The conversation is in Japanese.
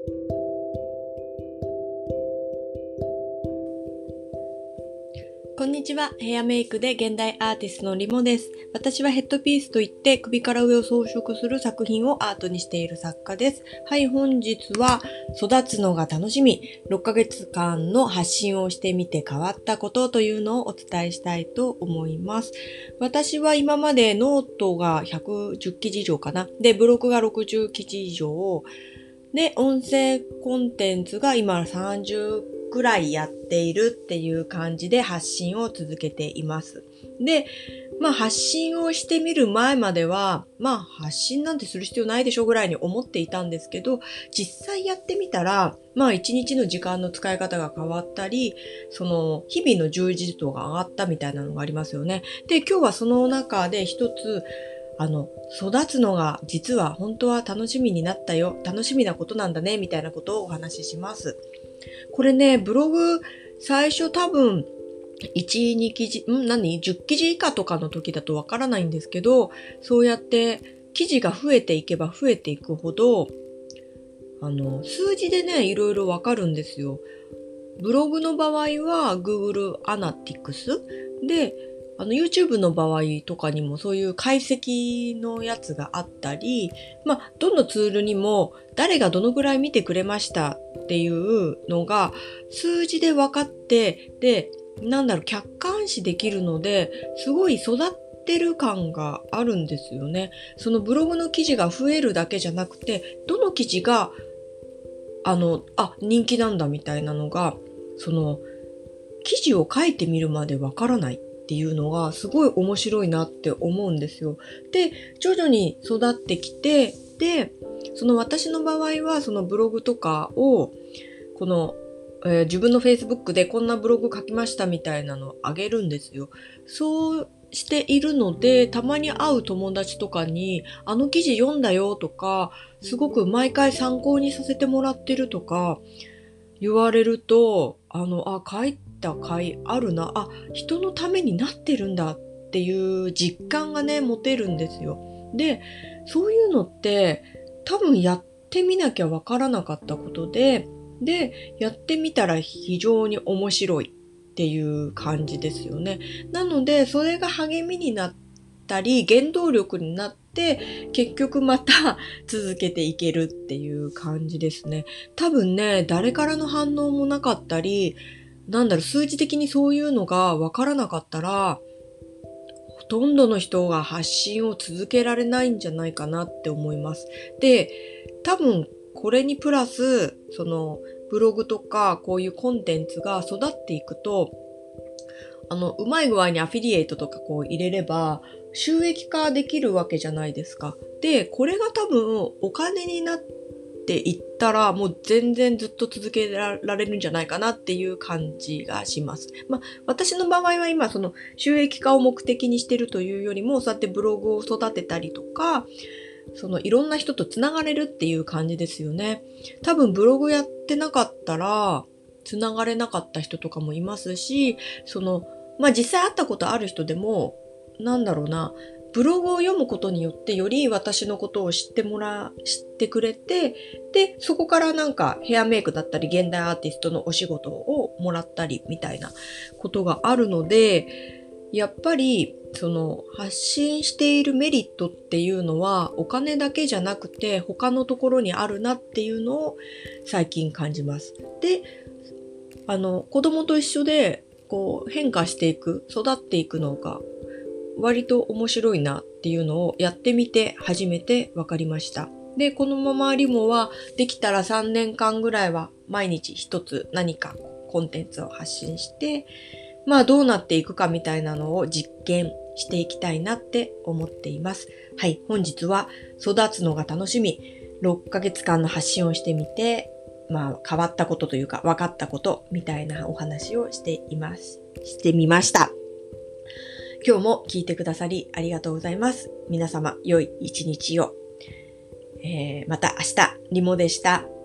こんにちは。ヘアメイクで現代アーティストのリモです。私はヘッドピースといって首から上を装飾する作品をアートにしている作家です。はい、本日は育つのが楽しみ、6ヶ月間の発信をしてみて変わったことというのをお伝えしたいと思います。私は今までノートが110記事以上かな。で、ブログが60記事以上。で、音声コンテンツが今30くらいやっているっていう感じで発信を続けています。で、発信をしてみる前までは、発信なんてする必要ないでしょぐらいに思っていたんですけど、実際やってみたら、一日の時間の使い方が変わったり、その日々の充実度が上がったみたいなのがありますよね。で、今日はその中で一つ、育つのが実は本当は楽しみになったよ。楽しみなことなんだね。みたいなことをお話しします。これね、ブログ最初多分1、2記事、10記事以下とかの時だとわからないんですけど、そうやって記事が増えていけば増えていくほど、数字でね、いろいろわかるんですよ。ブログの場合は Google Analytics で、YouTube の場合とかにもそういう解析のやつがあったり、どのツールにも誰がどのぐらい見てくれましたっていうのが数字で分かって、で、客観視できるので、すごい育ってる感があるんですよね。そのブログの記事が増えるだけじゃなくて、どの記事が人気なんだみたいなのが、その記事を書いてみるまでわからないっていうのがすごい面白いなって思うんですよ。で、徐々に育ってきて、で、その私の場合はそのブログとかを、この、自分の Facebook でこんなブログ書きましたみたいなのをあげるんですよ。そうしているので、たまに会う友達とかに、あの記事読んだよとか、すごく毎回参考にさせてもらってるとか、言われると、書いた甲斐あるな、人のためになってるんだっていう実感がね、持てるんですよ。で、そういうのって多分やってみなきゃわからなかったことで、やってみたら非常に面白いっていう感じですよね。なので、それが励みになったり、原動力になって、結局また続けていけるっていう感じですね。多分ね、誰からの反応もなかったり、数字的にそういうのがわからなかったら、ほとんどの人が発信を続けられないんじゃないかなって思います。で、多分これにプラス、そのブログとかこういうコンテンツが育っていくと、うまい具合にアフィリエイトとかこう入れれば収益化できるわけじゃないですか。で、これが多分お金になっていったらもう全然ずっと続けられるんじゃないかなっていう感じがします。私の場合は今その収益化を目的にしてるというよりも、そうやってブログを育てたりとか、そのいろんな人とつながれるっていう感じですよね。多分ブログやってなかったらつながれなかった人とかもいますし、実際会ったことある人でも、ブログを読むことによってより私のことを知ってくれて、で、そこからヘアメイクだったり現代アーティストのお仕事をもらったりみたいなことがあるので、やっぱりその発信しているメリットっていうのはお金だけじゃなくて他のところにあるなっていうのを最近感じます。で、子供と一緒でこう変化していく、育っていくのが割と面白いなっていうのをやってみて初めて分かりました。で、このままリモはできたら3年間ぐらいは毎日一つ何かコンテンツを発信して、どうなっていくかみたいなのを実験していきたいなって思っています。はい、本日は育つのが楽しみ、6ヶ月間の発信をしてみて、変わったことというか分かったことみたいなお話をしてみました。今日も聞いてくださりありがとうございます。皆様良い一日を。また明日、リモでした。